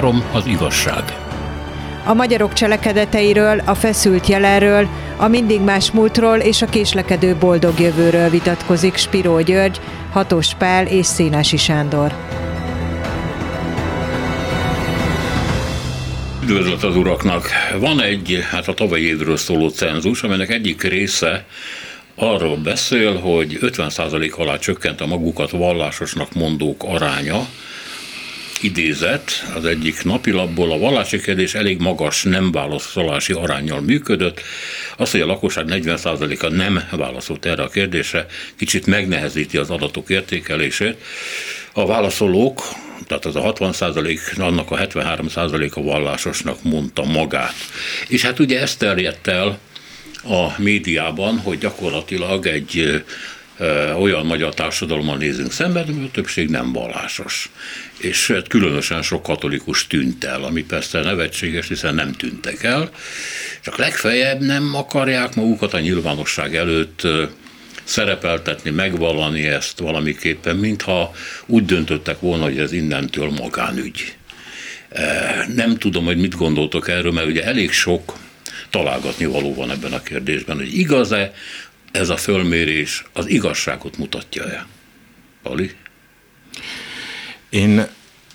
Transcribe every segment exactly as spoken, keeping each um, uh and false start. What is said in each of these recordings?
Három az igazság. A magyarok cselekedeteiről, a feszült jelenről, a mindig más múltról és a késlekedő boldog jövőről vitatkozik Spiró György, Hatos Pál és Szénási Sándor. Üdvözlet az uraknak! Van egy, hát a tavalyi évről szóló cenzus, amelynek egyik része arról beszél, hogy ötven százalék alá csökkent a magukat vallásosnak mondók aránya. Idézet az egyik napilapból: a vallási kérdés elég magas nem válaszolási aránnyal működött. Az, hogy a lakosság negyven százaléka nem válaszolt erre a kérdésre, kicsit megnehezíti az adatok értékelését. A válaszolók, tehát az a hatvan százalék, annak a hetvenhárom százaléka vallásosnak mondta magát. És hát ugye ezt terjedt el a médiában, hogy gyakorlatilag egy ö, olyan magyar társadalommal nézünk szemben, hogy a többség nem vallásos. És hát különösen sok katolikus tűnt el, ami persze nevetséges, hiszen nem tűntek el, csak legfeljebb nem akarják magukat a nyilvánosság előtt ö, szerepeltetni, megvallani ezt valamiképpen, mintha úgy döntöttek volna, hogy ez innentől magánügy. Nem tudom, hogy mit gondoltok erről, mert ugye elég sok találgatni való van ebben a kérdésben, hogy igaz-e ez a fölmérés, az igazságot mutatja-e? Pali? Én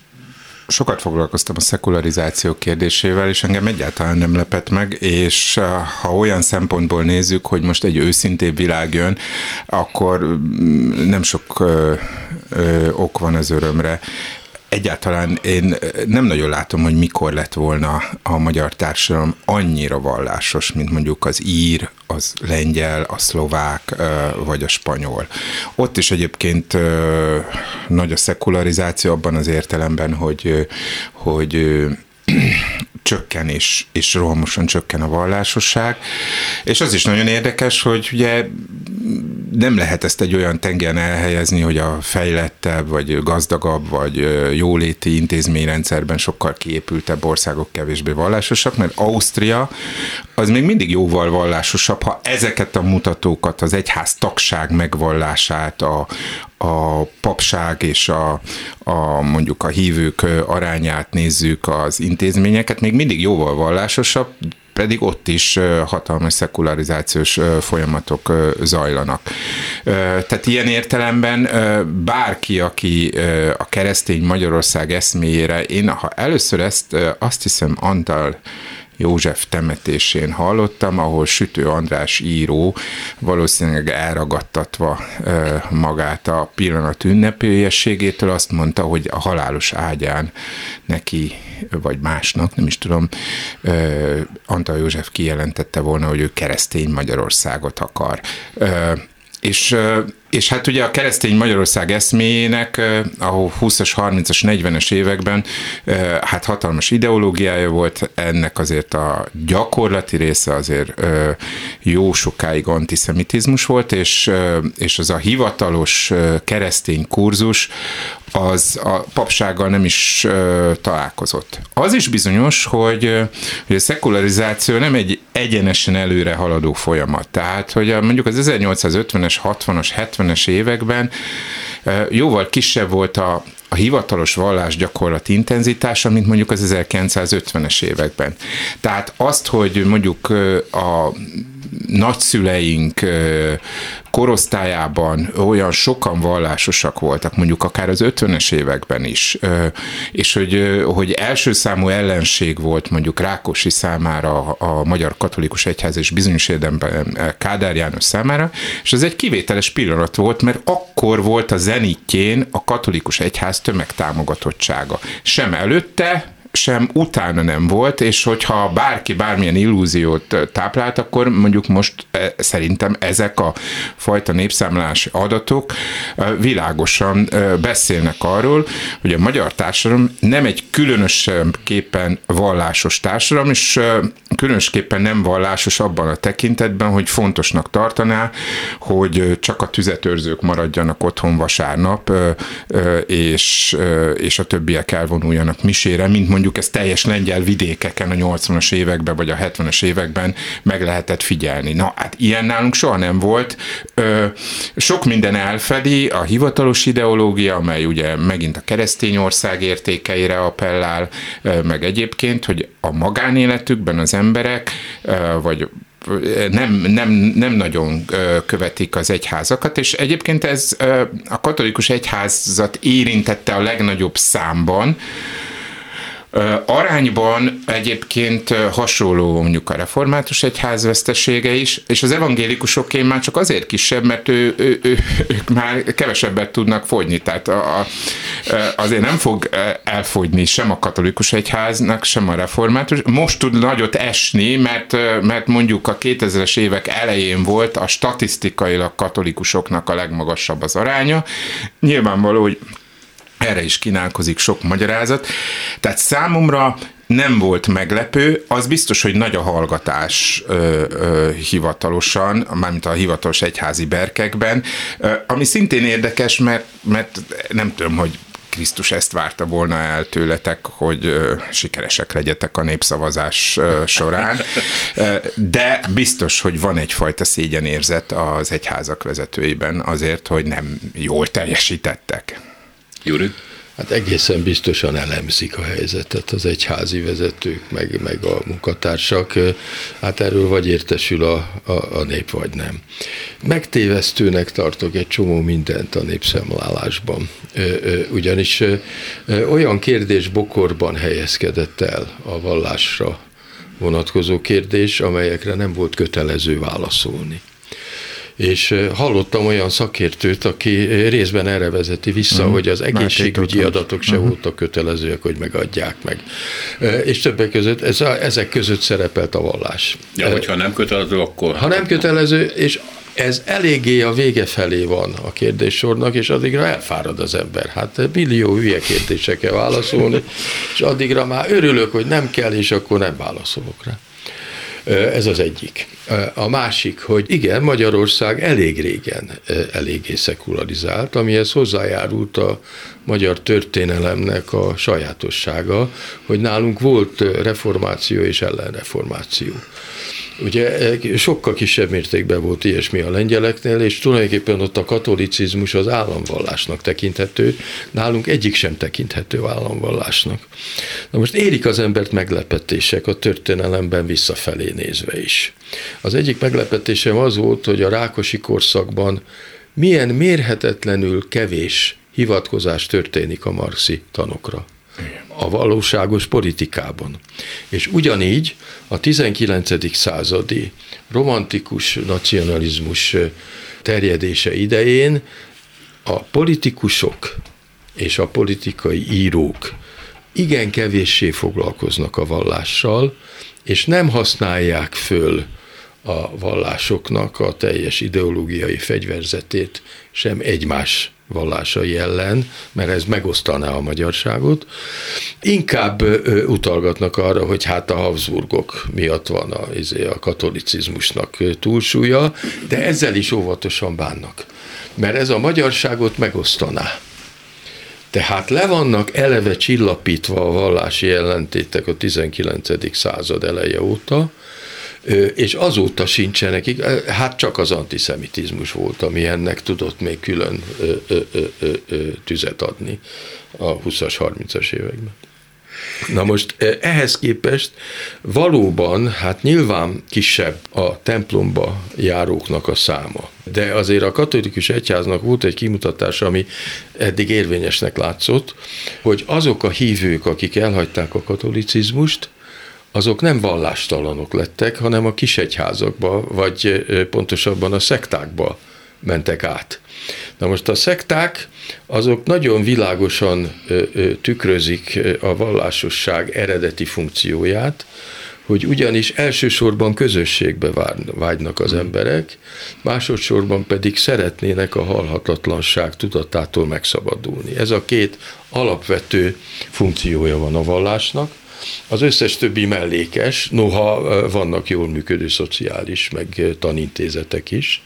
sokat foglalkoztam a szekularizáció kérdésével, és engem egyáltalán nem lepett meg, és ha olyan szempontból nézzük, hogy most egy őszintébb világ jön, akkor nem sok ö, ö, ok van az örömre. Egyáltalán én nem nagyon látom, hogy mikor lett volna a magyar társadalom annyira vallásos, mint mondjuk az ír, az lengyel, a szlovák vagy a spanyol. Ott is egyébként nagy a szekularizáció abban az értelemben, hogy, hogy csökken és, és rohamosan csökken a vallásosság. És az is nagyon érdekes, hogy ugye nem lehet ezt egy olyan tengeren elhelyezni, hogy a fejlettebb, vagy gazdagabb, vagy jóléti intézményrendszerben sokkal kiépültebb országok kevésbé vallásosak, mert Ausztria az még mindig jóval vallásosabb, ha ezeket a mutatókat, az egyház tagság megvallását, a, a papság és a, a mondjuk a hívők arányát nézzük, az intézményeket, még mindig jóval vallásosabb, pedig ott is hatalmas szekularizációs folyamatok zajlanak. Tehát ilyen értelemben bárki, aki a keresztény Magyarország eszméjére, én ha először ezt azt hiszem Antal József temetésén hallottam, ahol Sütő András író valószínűleg elragadtatva magát a pillanat ünnepélyességétől azt mondta, hogy a halálos ágyán neki, vagy másnak, nem is tudom, Antal József kijelentette volna, hogy ő keresztény Magyarországot akar. És, és hát ugye a keresztény Magyarország eszméjének a húszas, harmincas, negyvenes években hát hatalmas ideológiája volt, ennek azért a gyakorlati része azért jó sokáig antiszemitizmus volt, és, és az a hivatalos keresztény kurzus az a papsággal nem is uh, találkozott. Az is bizonyos, hogy, hogy a szekularizáció nem egy egyenesen előre haladó folyamat. Tehát, hogy a, mondjuk az ezernyolcszázötvenes, hatvanas, hetvenes években uh, jóval kisebb volt a, a hivatalos vallásgyakorlat intenzitása, mint mondjuk az ezerkilencszázötvenes években. Tehát azt, hogy mondjuk a nagyszüleink korosztályában olyan sokan vallásosak voltak, mondjuk akár az ötvenes években is, és hogy, hogy első számú ellenség volt mondjuk Rákosi számára a Magyar Katolikus Egyház és bizonyos érdemben Kádár János számára, és ez egy kivételes pillanat volt, mert akkor volt a zenitjén a katolikus egyház tömegtámogatottsága. Sem előtte, sem utána nem volt, és hogyha bárki bármilyen illúziót táplált, akkor mondjuk most szerintem ezek a fajta népszámlási adatok világosan beszélnek arról, hogy a magyar társadalom nem egy különösképpen vallásos társadalom, és különösképpen nem vallásos abban a tekintetben, hogy fontosnak tartaná, hogy csak a tüzetőrzők maradjanak otthon vasárnap, és, és a többiek elvonuljanak misére, mint mondjuk mondjuk ezt teljes lengyel vidékeken a nyolcvanas években vagy a hetvenes években meg lehetett figyelni. Na, hát ilyen nálunk soha nem volt. Sok minden elfedi, a hivatalos ideológia, amely ugye megint a keresztény ország értékeire appellál, meg egyébként, hogy a magánéletükben az emberek, vagy nem, nem, nem nagyon követik az egyházakat, és egyébként ez a katolikus egyházat érintette a legnagyobb számban. Arányban egyébként hasonló mondjuk a református egyház vesztesége is, és az evangélikusoké már csak azért kisebb, mert ő, ő, ő, ők már kevesebbet tudnak fogyni, tehát a, a, azért nem fog elfogyni sem a katolikus egyháznak, sem a református. Most tud nagyot esni, mert, mert mondjuk a kétezres évek elején volt a statisztikailag katolikusoknak a legmagasabb az aránya. Nyilvánvaló, hogy erre is kínálkozik sok magyarázat. Tehát számomra nem volt meglepő, az biztos, hogy nagy a hallgatás ö, ö, hivatalosan, mármint a hivatalos egyházi berkekben, ö, ami szintén érdekes, mert, mert nem tudom, hogy Krisztus ezt várta volna el tőletek, hogy ö, sikeresek legyetek a népszavazás ö, során, ö, de biztos, hogy van egyfajta szégyenérzet az egyházak vezetőiben azért, hogy nem jól teljesítettek. Gyuri? Hát egészen biztosan elemzik a helyzetet az egyházi vezetők, meg, meg a munkatársak. Hát erről vagy értesül a, a, a nép, vagy nem. Megtévesztőnek tartok egy csomó mindent a népszámlálásban. Ugyanis olyan kérdés bokorban helyezkedett el a vallásra vonatkozó kérdés, amelyekre nem volt kötelező válaszolni. És hallottam olyan szakértőt, aki részben erre vezeti vissza, uh-huh. hogy az egészségügyi adatok se uh-huh. voltak kötelezőek, hogy megadják meg. És többek között, ez a, ezek között szerepelt a vallás. Ja, hogyha nem kötelező, akkor... Ha nem kötelező, és ez eléggé a vége felé van a kérdéssornak, és addigra elfárad az ember. Hát millió hülye kérdésre kell válaszolni, és addigra már örülök, hogy nem kell, és akkor nem válaszolok rá. Ez az egyik. A másik, hogy igen, Magyarország elég régen eléggé szekularizált, amihez hozzájárult a magyar történelemnek a sajátossága, hogy nálunk volt reformáció és ellenreformáció. Ugye sokkal kisebb mértékben volt ilyesmi a lengyeleknél, és tulajdonképpen ott a katolicizmus az államvallásnak tekinthető, nálunk egyik sem tekinthető államvallásnak. Na most érik az embert meglepetések a történelemben visszafelé nézve is. Az egyik meglepetésem az volt, hogy a Rákosi korszakban milyen mérhetetlenül kevés hivatkozás történik a marxi tanokra a valóságos politikában. És ugyanígy a tizenkilencedik századi romantikus nacionalizmus terjedése idején a politikusok és a politikai írók igen kevéssé foglalkoznak a vallással, és nem használják föl a vallásoknak a teljes ideológiai fegyverzetét sem egymás vallásai ellen, mert ez megosztaná a magyarságot. Inkább ö, utalgatnak arra, hogy hát a Habsburgok miatt van a, a katolicizmusnak túlsúlya, de ezzel is óvatosan bánnak, mert ez a magyarságot megosztaná. Tehát le vannak eleve csillapítva a vallási ellentétek a tizenkilencedik század eleje óta, és azóta sincsenek, hát csak az antiszemitizmus volt, ami ennek tudott még külön ö, ö, ö, ö, tüzet adni a huszas, harmincas években. Na most ehhez képest valóban, hát nyilván kisebb a templomba járóknak a száma, de azért a katolikus egyháznak volt egy kimutatása, ami eddig érvényesnek látszott, hogy azok a hívők, akik elhagyták a katolicizmust, azok nem vallástalanok lettek, hanem a kisegyházakba, vagy pontosabban a szektákba mentek át. Na most a szekták, azok nagyon világosan tükrözik a vallásosság eredeti funkcióját, hogy ugyanis elsősorban közösségbe vágynak az emberek, másodszorban pedig szeretnének a halhatatlanság tudatától megszabadulni. Ez a két alapvető funkciója van a vallásnak. Az összes többi mellékes, noha vannak jól működő szociális, meg tanintézetek is.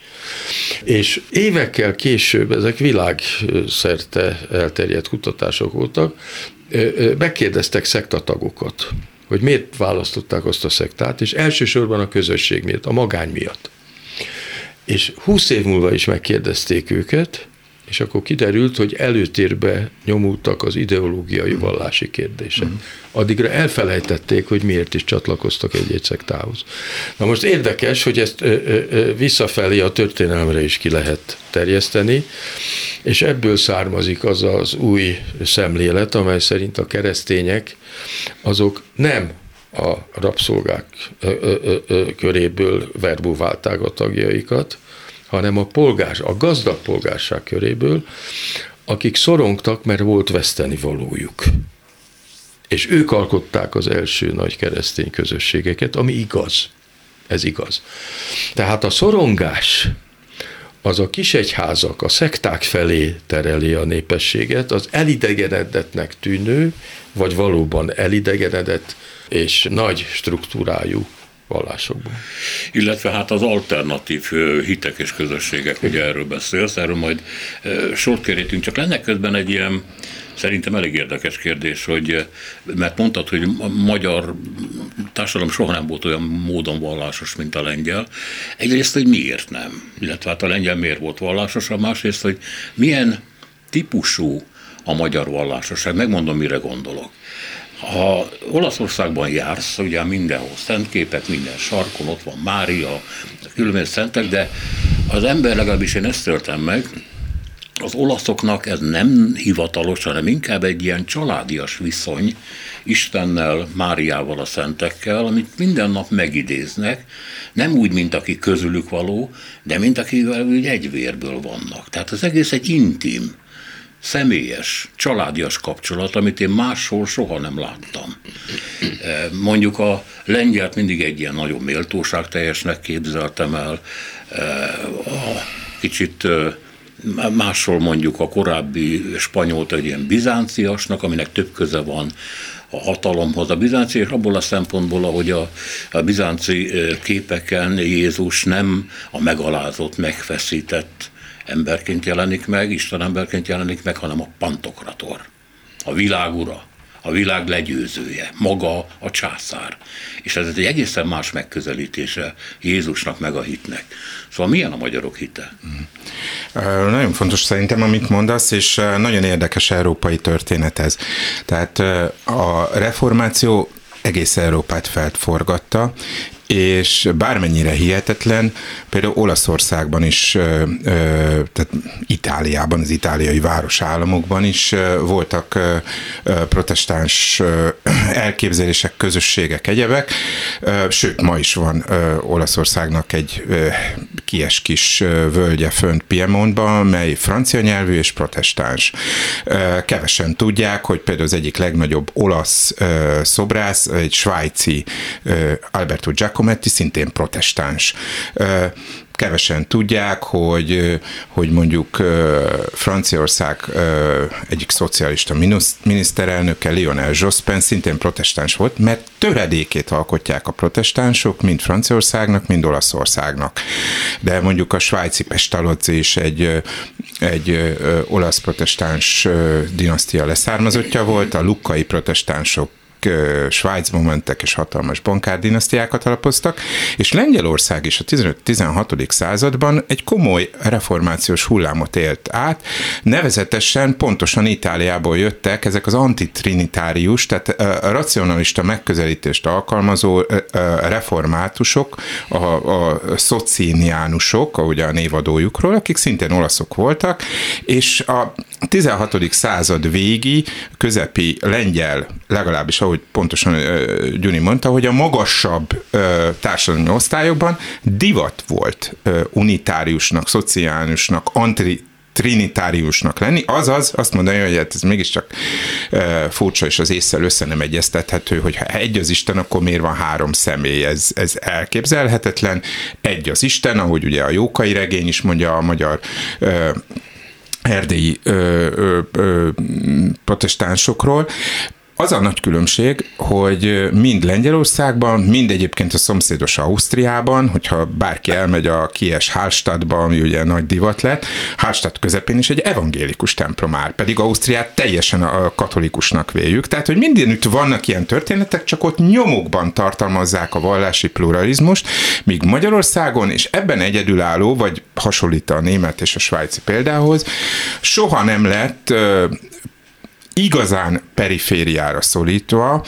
És évekkel később, ezek világszerte elterjedt kutatások voltak, megkérdeztek szektatagokat, hogy miért választották azt a szektát, és elsősorban a közösség miatt, a magány miatt. És húsz év múlva is megkérdezték őket, és akkor kiderült, hogy előtérbe nyomultak az ideológiai vallási kérdések. Addigra elfelejtették, hogy miért is csatlakoztak egy-egy szektához. Na most érdekes, hogy ezt ö, ö, visszafelé a történelemre is ki lehet terjeszteni, és ebből származik az az új szemlélet, amely szerint a keresztények azok nem a rabszolgák ö, ö, ö, köréből verbúválták a tagjaikat, hanem a polgár, a gazdag polgárság köréből, akik szorongtak, mert volt vesztenivalójuk. És ők alkották az első nagy keresztény közösségeket, ami igaz. Ez igaz. Tehát a szorongás, az a kisegyházak, a szekták felé tereli a népességet, az elidegenedetnek tűnő, vagy valóban elidegenedett és nagy struktúrájú vallásokban. Illetve hát az alternatív hitek és közösségek, ugye erről beszélsz, erről majd sort kerítünk, csak lenne közben egy ilyen, szerintem elég érdekes kérdés, hogy, mert mondtad, hogy a magyar társadalom soha nem volt olyan módon vallásos, mint a lengyel. Egyrészt, hogy miért nem, illetve hát a lengyel miért volt vallásos, a másrészt, hogy milyen típusú a magyar vallásosság. Megmondom, mire gondolok. Ha Olaszországban jársz, ugye mindenhol szentképek, minden sarkon, ott van Mária, különböző szentek, de az ember, legalábbis én ezt törtem meg, az olaszoknak ez nem hivatalos, hanem inkább egy ilyen családias viszony Istennel, Máriával, a szentekkel, amit minden nap megidéznek, nem úgy, mint aki közülük való, de mint akivel úgy egy vérből vannak. Tehát az egész egy intim, személyes, családias kapcsolat, amit én máshol soha nem láttam. Mondjuk a lengyelt mindig egy ilyen nagyon méltóságteljesnek képzeltem el, a kicsit máshol mondjuk a korábbi spanyolt egy ilyen bizánciasnak, aminek több köze van a hatalomhoz. A bizánci, és abból a szempontból, ahogy a, a bizánci képeken Jézus nem a megalázott, megfeszített emberként jelenik meg, Isten emberként jelenik meg, hanem a pantokrator, a világura, a világ legyőzője, maga a császár. És ez egy egészen más megközelítése Jézusnak meg a hitnek. Szóval milyen a magyarok hite? Mm. Nagyon fontos szerintem, amit mondasz, és nagyon érdekes európai történet ez. Tehát a reformáció egész Európát felforgatta, és bármennyire hihetetlen, például Olaszországban is, tehát Itáliában, az itáliai városállamokban is voltak protestáns elképzelések, közösségek, egyebek, sőt, ma is van Olaszországnak egy kies kis völgye fönt Piemontban, mely francia nyelvű és protestáns. Kevesen tudják, hogy például az egyik legnagyobb olasz szobrász, egy svájci Alberto Giacometti, szintén protestáns. Kevesen tudják, hogy, hogy mondjuk Franciaország egyik szocialista miniszterelnöke, Lionel Jospin, szintén protestáns volt, mert töredékét alkotják a protestánsok, mind Franciaországnak, mind Olaszországnak. De mondjuk a svájci Pestalozzi is egy, egy olasz protestáns dinasztia leszármazottja volt, a lucai protestánsok Svájcban mentek, és hatalmas bankárdinasztiákat alapoztak, és Lengyelország is a tizenötödik-tizenhatodik században egy komoly reformációs hullámot élt át, nevezetesen pontosan Itáliából jöttek ezek az antitrinitárius, tehát a racionalista megközelítést alkalmazó reformátusok, a, a szociniánusok, ahogy a névadójukról, akik szintén olaszok voltak, és a tizenhatodik század végi, közepi lengyel, legalábbis ahogy pontosan uh, Gyuni mondta, hogy a magasabb uh, társadalmi osztályokban divat volt uh, unitáriusnak, szociáliusnak, antri trinitáriusnak lenni, azaz azt mondani, hogy hát ez mégiscsak uh, furcsa, és az ésszel össze nem egyeztethető, hogy ha egy az Isten, akkor miért van három személy, ez, ez elképzelhetetlen. Egy az Isten, ahogy ugye a Jókai regény is mondja, a magyar uh, erdélyi ö, ö, ö, protestánsokról, az a nagy különbség, hogy mind Lengyelországban, mind egyébként a szomszédos Ausztriában, hogyha bárki elmegy a Kies Hallstattba, ami ugye nagy divat lett, Hallstatt közepén is egy evangélikus templom áll, pedig Ausztriát teljesen a katolikusnak véljük. Tehát, hogy mindenütt vannak ilyen történetek, csak ott nyomokban tartalmazzák a vallási pluralizmust, míg Magyarországon, és ebben egyedülálló, vagy hasonlít a német és a svájci példához, soha nem lett igazán perifériára szorítva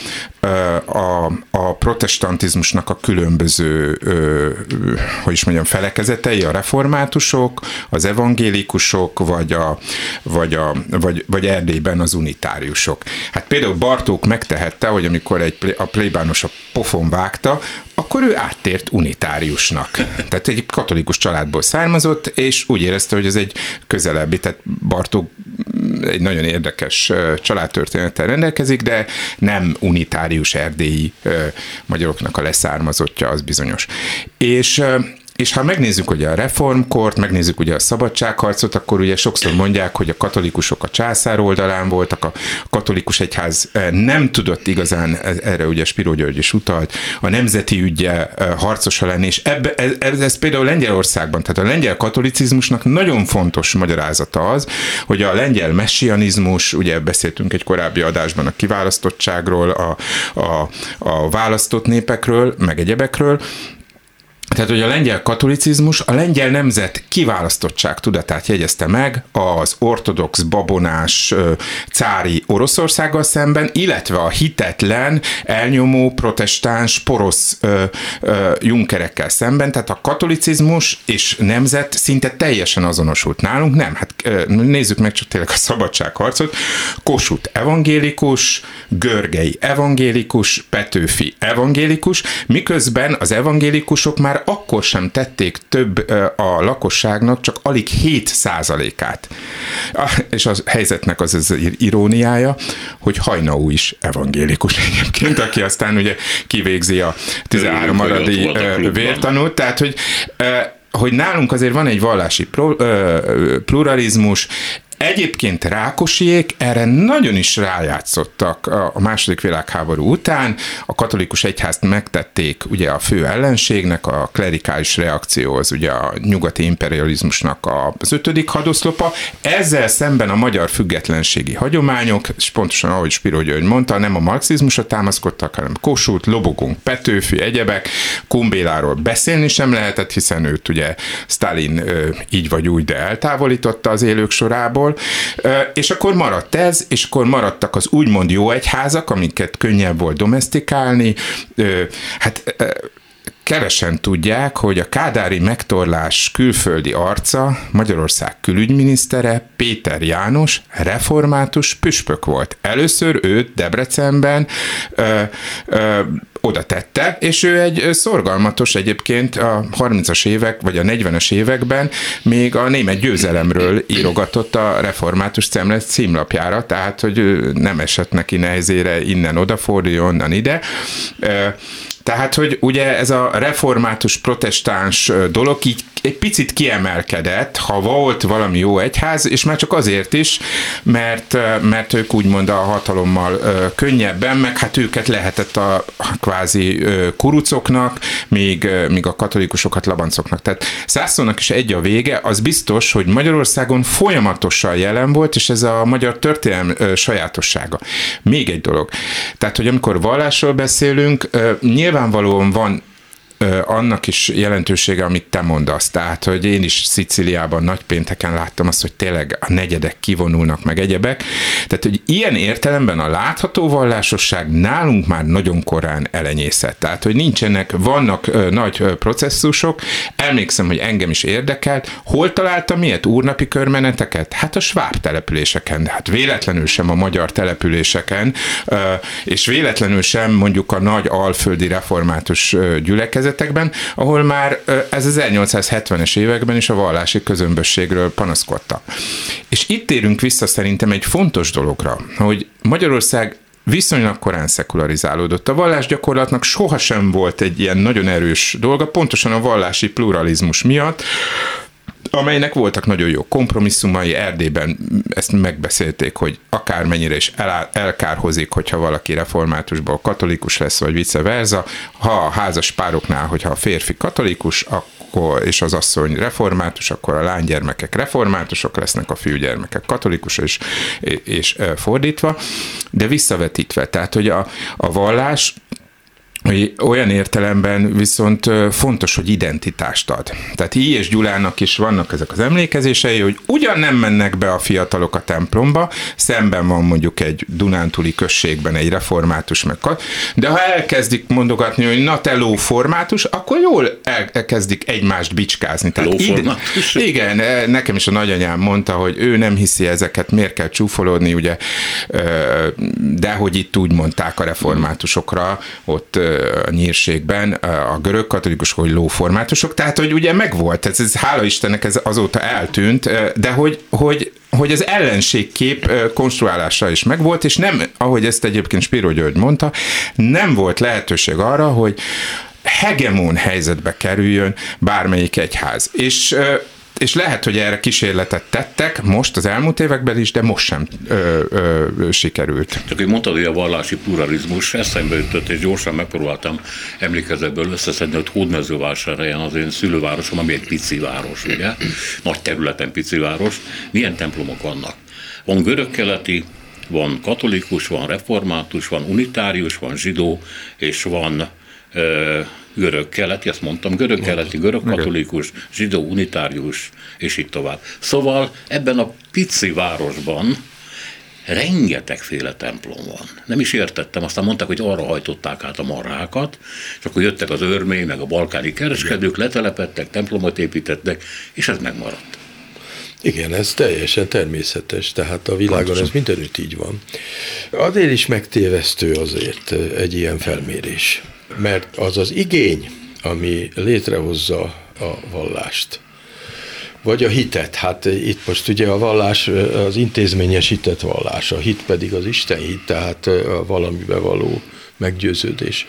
a, a protestantizmusnak a különböző, hogy is mondjam, felekezetei, a reformátusok, az evangélikusok, vagy, a, vagy, a, vagy, vagy Erdélyben az unitáriusok. Hát például Bartók megtehette, hogy amikor egy, a plébános a pofon vágta, akkor ő áttért unitáriusnak. Tehát egy katolikus családból származott, és úgy érezte, hogy ez egy közelebbi, tehát Bartók egy nagyon érdekes családtörténettel rendelkezik, de nem unitárius erdélyi magyaroknak a leszármazottja, az bizonyos. És És ha megnézzük ugye a reformkort, megnézzük ugye a szabadságharcot, akkor ugye sokszor mondják, hogy a katolikusok a császár oldalán voltak, a katolikus egyház nem tudott igazán, erre ugye Spiró György is utalt, a nemzeti ügye harcosa lenni, és ebbe, ez, ez például Lengyelországban, tehát a lengyel katolicizmusnak nagyon fontos magyarázata az, hogy a lengyel messianizmus, ugye beszéltünk egy korábbi adásban a kiválasztottságról, a, a, a választott népekről, meg egyebekről. Tehát, hogy a lengyel katolicizmus a lengyel nemzet kiválasztottság tudatát jegyezte meg az ortodox, babonás, cári Oroszországgal szemben, illetve a hitetlen, elnyomó, protestáns, porosz ö, ö, junkerekkel szemben. Tehát a katolicizmus és nemzet szinte teljesen azonosult nálunk. Nem, hát nézzük meg csak tényleg a szabadságharcot. Kossuth evangélikus, Görgei evangélikus, Petőfi evangélikus, miközben az evangélikusok már akkor sem tették több a lakosságnak, csak alig hét százalékát. És a helyzetnek az az iróniája, hogy Hajnau is evangélikus egyébként, aki aztán ugye kivégzi a tizenhárom aradi vértanút. Tehát, hogy, hogy nálunk azért van egy vallási pluralizmus. Egyébként Rákosiék erre nagyon is rájátszottak a második világháború után. A katolikus egyházt megtették ugye a fő ellenségnek, a klerikális reakció az ugye a nyugati imperializmusnak az ötödik hadoszlopa. Ezzel szemben a magyar függetlenségi hagyományok, és pontosan ahogy Spiró György mondta, nem a marxizmusra támaszkodtak, hanem Kossuth, Lobogunk, Petőfi, egyebek. Kumbéláról beszélni sem lehetett, hiszen őt ugye Sztálin így vagy úgy, de eltávolította az élők sorából. És akkor maradt ez, és akkor maradtak az úgymond jó egyházak, amiket könnyebb volt domesztikálni. Hát kevesen tudják, hogy a kádári megtorlás külföldi arca, Magyarország külügyminisztere, Péter János református püspök volt. Először őt Debrecenben ö, ö, oda tette, és ő egy szorgalmatos egyébként a harmincas évek, vagy a negyvenes években még a német győzelemről írogatott a református szemlet címlapjára, tehát, hogy nem esett neki nehezére innen odaforduljon, onnan ide. Tehát, hogy ugye ez a református protestáns dolog így egy picit kiemelkedett, ha volt valami jó egyház, és már csak azért is, mert, mert ők úgymond a hatalommal könnyebben, meg hát őket lehetett a kvázi kurucoknak, míg, míg a katolikusokat labancoknak. Tehát Szászlónak is egy a vége, az biztos, hogy Magyarországon folyamatosan jelen volt, és ez a magyar történelem sajátossága. Még egy dolog. Tehát, hogy amikor vallásról beszélünk, nyilvánvalóan van annak is jelentősége, amit te mondasz. Tehát, hogy én is Szicíliában nagypénteken láttam azt, hogy tényleg a negyedek kivonulnak meg egyebek. Tehát, hogy ilyen értelemben a látható vallásosság nálunk már nagyon korán elenyészett. Tehát, hogy nincsenek, vannak ö, nagy ö, processzusok. Emlékszem, hogy engem is érdekelt. Hol találtam ilyet úrnapi körmeneteket? Hát a sváb településeken. Hát véletlenül sem a magyar településeken, ö, és véletlenül sem mondjuk a nagy alföldi református ö, gyülekezet, ahol már ez az ezernyolcszázhetvenes években is a vallási közömbösségről panaszkodtak. És itt térünk vissza szerintem egy fontos dologra, hogy Magyarország viszonylag korán szekularizálódott. A vallásgyakorlatnak sohasem volt egy ilyen nagyon erős dolga, pontosan a vallási pluralizmus miatt, amelynek voltak nagyon jó kompromisszumai. Erdélyben ezt megbeszélték, hogy akármennyire is el, elkárhozik, hogyha valaki reformátusból katolikus lesz, vagy vice versa. Ha a házas pároknál, hogyha a férfi katolikus, akkor, és az asszony református, akkor a lánygyermekek reformátusok lesznek, a fiúgyermekek katolikus, és, és fordítva, de visszavetítve. Tehát, hogy a, a vallás olyan értelemben viszont fontos, hogy identitást ad. Tehát I. és Gyulának is vannak ezek az emlékezései, hogy ugyan nem mennek be a fiatalok a templomba, szemben van mondjuk egy dunántúli községben egy református meg, de ha elkezdik mondogatni, hogy na te lóformátus, akkor jól elkezdik egymást bicskázni. Tehát ide, igen, nekem is a nagyanyám mondta, hogy ő nem hiszi ezeket, miért kell csúfolódni, ugye, de hogy itt úgy mondták a reformátusokra, ott a nyírségben a görög katolikusok, hogy lóformátusok, tehát, hogy ugye megvolt, ez, ez hála Istennek ez azóta eltűnt, de hogy, hogy, hogy az ellenségkép konstruálása is megvolt, és nem, ahogy ezt egyébként Spiro György mondta, nem volt lehetőség arra, hogy hegemon helyzetbe kerüljön bármelyik egyház. És És lehet, hogy erre kísérletet tettek most az elmúlt években is, de most sem ö, ö, sikerült. Csak hogy mondtad, hogy a vallási pluralizmus eszembe jutott, és gyorsan megpróbáltam emlékezetből összeszedni, hogy Hódmezővásárhelyen az én szülővárosom, ami egy pici város, ugye? Nagy területen pici város. Milyen templomok vannak? Van görögkeleti, van katolikus, van református, van unitárius, van zsidó, és van ö, görög-keleti, ezt mondtam, görög-keleti, görög-katolikus, zsidó, unitárius, és így tovább. Szóval ebben a pici városban rengetegféle templom van. Nem is értettem, aztán mondták, hogy arra hajtották át a marhákat, és akkor jöttek az örmény, meg a balkáni kereskedők, letelepedtek, templomot építettek, és ez megmaradt. Igen, ez teljesen természetes, tehát a világon Pontosan. Ez mindenütt így van. Azért is megtévesztő azért egy ilyen felmérés, mert az az igény, ami létrehozza a vallást, vagy a hitet, hát itt most ugye a vallás az intézményesített vallás, a hit pedig az Isten hit, tehát a valamibe való meggyőződés.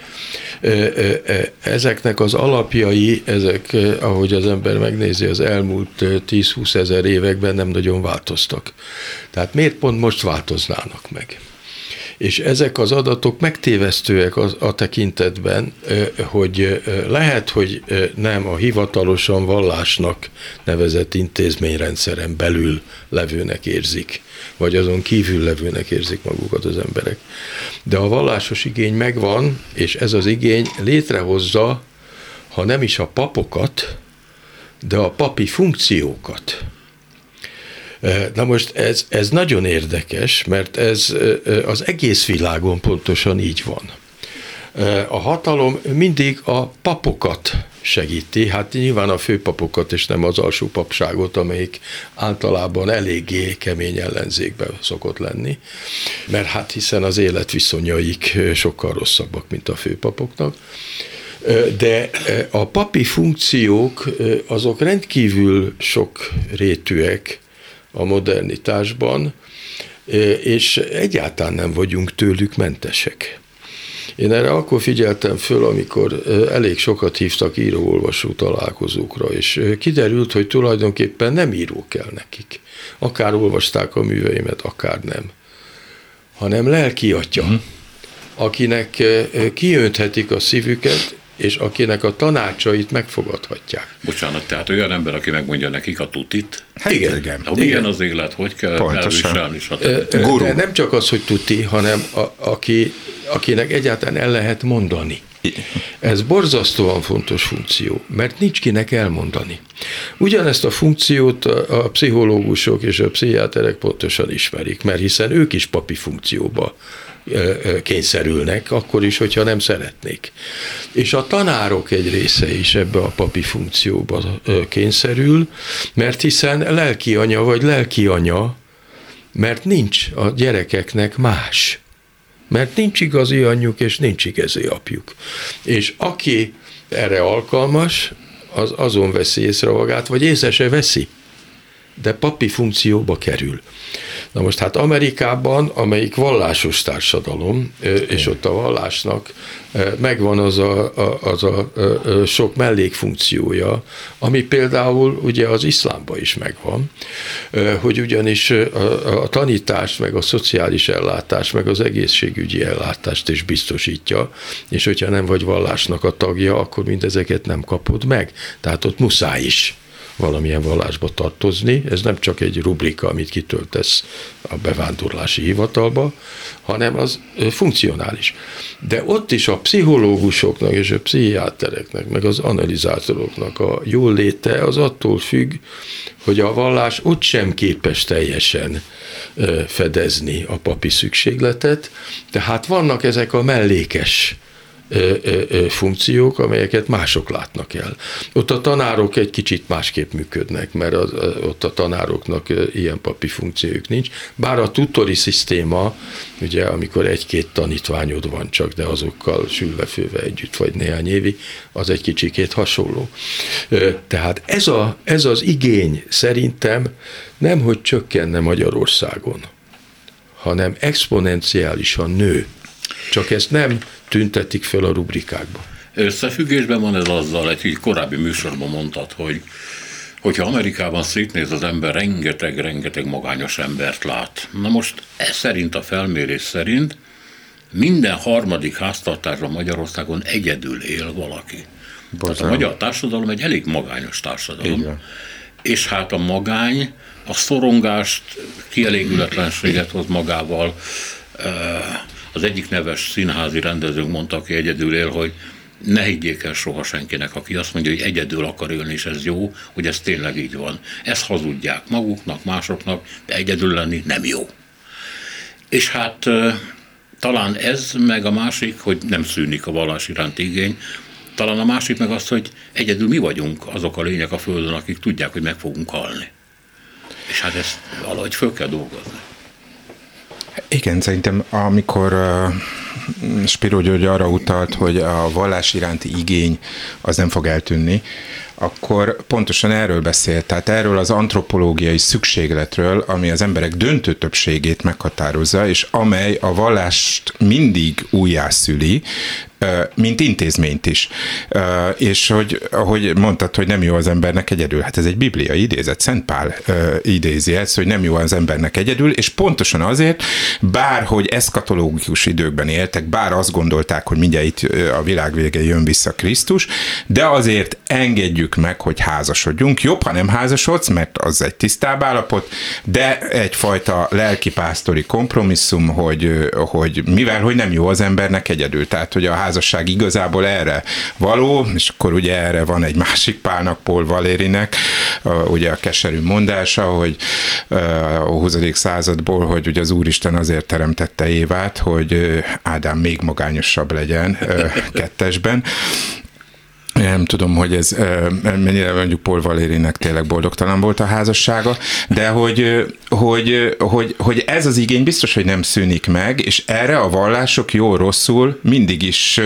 Ezeknek az alapjai, ezek, ahogy az ember megnézi, az elmúlt tíz-húsz ezer években nem nagyon változtak. Tehát miért pont most változnának meg? És ezek az adatok megtévesztőek a, a tekintetben, hogy lehet, hogy nem a hivatalosan vallásnak nevezett intézményrendszeren belül levőnek érzik, vagy azon kívül levőnek érzik magukat az emberek. De a vallásos igény megvan, és ez az igény létrehozza, ha nem is a papokat, de a papi funkciókat. Na most ez, ez nagyon érdekes, mert ez az egész világon pontosan így van. A hatalom mindig a papokat segíti, hát nyilván a főpapokat és nem az alsó papságot, amelyik általában eléggé kemény ellenzékben szokott lenni, mert hát hiszen az életviszonyaik sokkal rosszabbak, mint a főpapoknak. De a papi funkciók azok rendkívül sok rétűek a modernitásban, és egyáltalán nem vagyunk tőlük mentesek. Én erre akkor figyeltem föl, amikor elég sokat hívtak író-olvasó találkozókra, és kiderült, hogy tulajdonképpen nem író kell nekik. Akár olvasták a műveimet, akár nem. Hanem lelki atya, mm. akinek kiönthetik a szívüket, és akinek a tanácsait megfogadhatják. Bocsánat, tehát olyan ember, aki megmondja nekik a tutit. Hát igen, igen. Ha milyen az élet, hogy kell elviselni, stb. De nem csak az, hogy tuti, hanem a, aki, akinek egyáltalán el lehet mondani. Ez borzasztóan fontos funkció, mert nincs kinek elmondani. Ugyanezt a funkciót a pszichológusok és a pszichiáterek pontosan ismerik, mert hiszen ők is papi funkcióba kényszerülnek, akkor is, hogyha nem szeretnék. És a tanárok egy része is ebbe a papi funkcióba kényszerül, mert hiszen lelki anya vagy lelki anya, mert nincs a gyerekeknek más. Mert nincs igazi anyjuk, és nincs igazi apjuk. És aki erre alkalmas, az azon veszi észre magát, vagy észre se veszi, de papi funkcióba kerül. Na most hát Amerikában, amelyik vallásos társadalom, és ott a vallásnak megvan az a, az a sok mellékfunkciója, ami például ugye az iszlámban is megvan, hogy ugyanis a, a tanítást, meg a szociális ellátást, meg az egészségügyi ellátást is biztosítja, és hogyha nem vagy vallásnak a tagja, akkor mindezeket nem kapod meg. Tehát ott muszáj is valamilyen vallásba tartozni. Ez nem csak egy rubrika, amit kitöltesz a bevándorlási hivatalba, hanem az funkcionális. De ott is a pszichológusoknak és a pszichiátereknek, meg az analizátoroknak a jól léte az attól függ, hogy a vallás ott sem képes teljesen fedezni a papi szükségletet, tehát vannak ezek a mellékes funkciók, amelyeket mások látnak el. Ott a tanárok egy kicsit másképp működnek, mert az, ott a tanároknak ilyen papi funkciójuk nincs, bár a tutori szisztéma, ugye amikor egy-két tanítványod van csak, de azokkal sülve-főve együtt vagy néhány évig, az egy kicsikét hasonló. Tehát ez, a, ez az igény szerintem nem, hogy csökkenne Magyarországon, hanem exponenciálisan nő. Csak ezt nem tüntetik fel a rubrikákba. Összefüggésben van ez azzal, egy korábbi műsorban mondtad, hogy hogyha Amerikában szétnéz az ember, rengeteg-rengeteg magányos embert lát. Na most ez szerint, a felmérés szerint minden harmadik háztartásban Magyarországon egyedül él valaki. Borzán. Tehát a magyar társadalom egy elég magányos társadalom. Igen. És hát a magány, a szorongást, kielégületlenséget hoz magával. Az egyik neves színházi rendezőnk mondta, aki egyedül él, hogy ne higgyék el soha senkinek, aki azt mondja, hogy egyedül akar élni, és ez jó, hogy ez tényleg így van. Ezt hazudják maguknak, másoknak, de egyedül lenni nem jó. És hát talán ez, meg a másik, hogy nem szűnik a vallás iránti igény, talán a másik meg az, hogy egyedül mi vagyunk azok a lények a Földön, akik tudják, hogy meg fogunk halni. És hát ezt valahogy föl kell dolgozni. Igen, szerintem amikor uh, Spiro György arra utalt, hogy a vallás iránti igény az nem fog eltűnni, akkor pontosan erről beszélt, tehát erről az antropológiai szükségletről, ami az emberek döntő többségét meghatározza, és amely a vallást mindig újjászüli, mint intézményt is. És hogy, ahogy mondtad, hogy nem jó az embernek egyedül, hát ez egy bibliai idézet, Szent Pál idézi ezt, hogy nem jó az embernek egyedül, és pontosan azért, bár hogy eszkatológikus időkben éltek, bár azt gondolták, hogy mindjárt itt a világ vége jön vissza Krisztus, de azért engedjük meg, hogy házasodjunk. Jobb, ha nem házasodsz, mert az egy tisztább állapot, de egyfajta lelkipásztori kompromisszum, hogy, hogy mivel, hogy nem jó az embernek egyedül, tehát, hogy a házasság igazából erre való, és akkor ugye erre van egy másik Pálnak, Paul Valérinek, ugye a keserű mondása, hogy a huszadik századból, hogy ugye az Úristen azért teremtette Évát, hogy Ádám még magányosabb legyen kettesben. Nem tudom, hogy ez mennyire mondjuk Paul Valérinek tényleg boldogtalan volt a házassága, de hogy, hogy, hogy, hogy ez az igény biztos, hogy nem szűnik meg, és erre a vallások jól-rosszul mindig is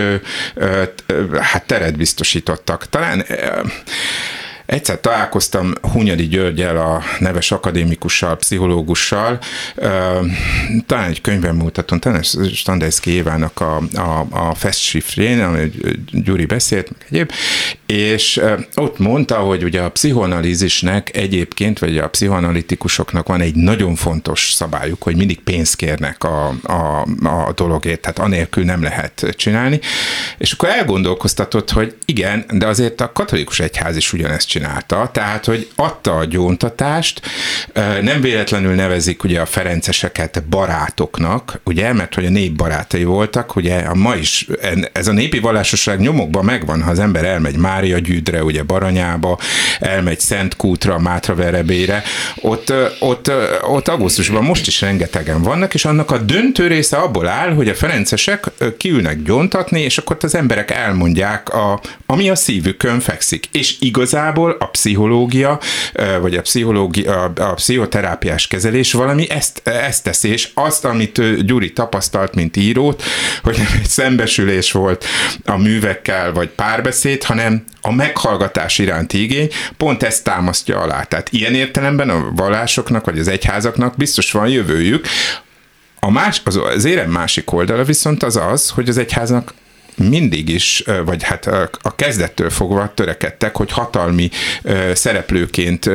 hát teret biztosítottak. Talán egyszer találkoztam Hunyadi Györgyel, a neves akadémikussal, pszichológussal, talán egy könyvben mutatom, talán Standejszky Évának a, a, a Festschiffrén, amit Gyuri beszélt, meg egyéb, és ott mondta, hogy ugye a pszichoanalízisnek egyébként, vagy a pszichoanalitikusoknak van egy nagyon fontos szabályuk, hogy mindig pénzt kérnek a, a, a dologért, tehát anélkül nem lehet csinálni, és akkor elgondolkoztatott, hogy igen, de azért a katolikus egyház is ugyanezt csinálta, tehát, hogy adta a gyóntatást, nem véletlenül nevezik ugye a ferenceseket barátoknak, ugye, mert hogy a nép barátai voltak, ugye a ma is ez a népi vallásosság nyomokban megvan, ha az ember elmegy Mária Gyűdre, ugye Baranyába, elmegy Szentkútra, Mátraverebére, ott, ott, ott augusztusban most is rengetegen vannak, és annak a döntő része abból áll, hogy a ferencesek kiülnek gyóntatni, és akkor az emberek elmondják, a, ami a szívükön fekszik, és igazából igazából a pszichológia, vagy a, pszichológia, a pszichoterápiás kezelés valami ezt, ezt teszi, és azt, amit Gyuri tapasztalt, mint írót, hogy nem egy szembesülés volt a művekkel, vagy párbeszéd, hanem a meghallgatás iránti igény pont ezt támasztja alá. Tehát ilyen értelemben a vallásoknak, vagy az egyházaknak biztos van jövőjük. A más, az, az érem másik oldala viszont az az, hogy az egyháznak mindig is, vagy hát a kezdettől fogva törekedtek, hogy hatalmi szereplőként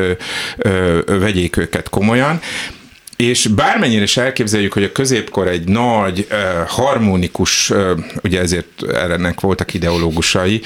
vegyék őket komolyan, és bármennyire is elképzeljük, hogy a középkor egy nagy, harmonikus, ugye ezért ennek voltak ideológusai,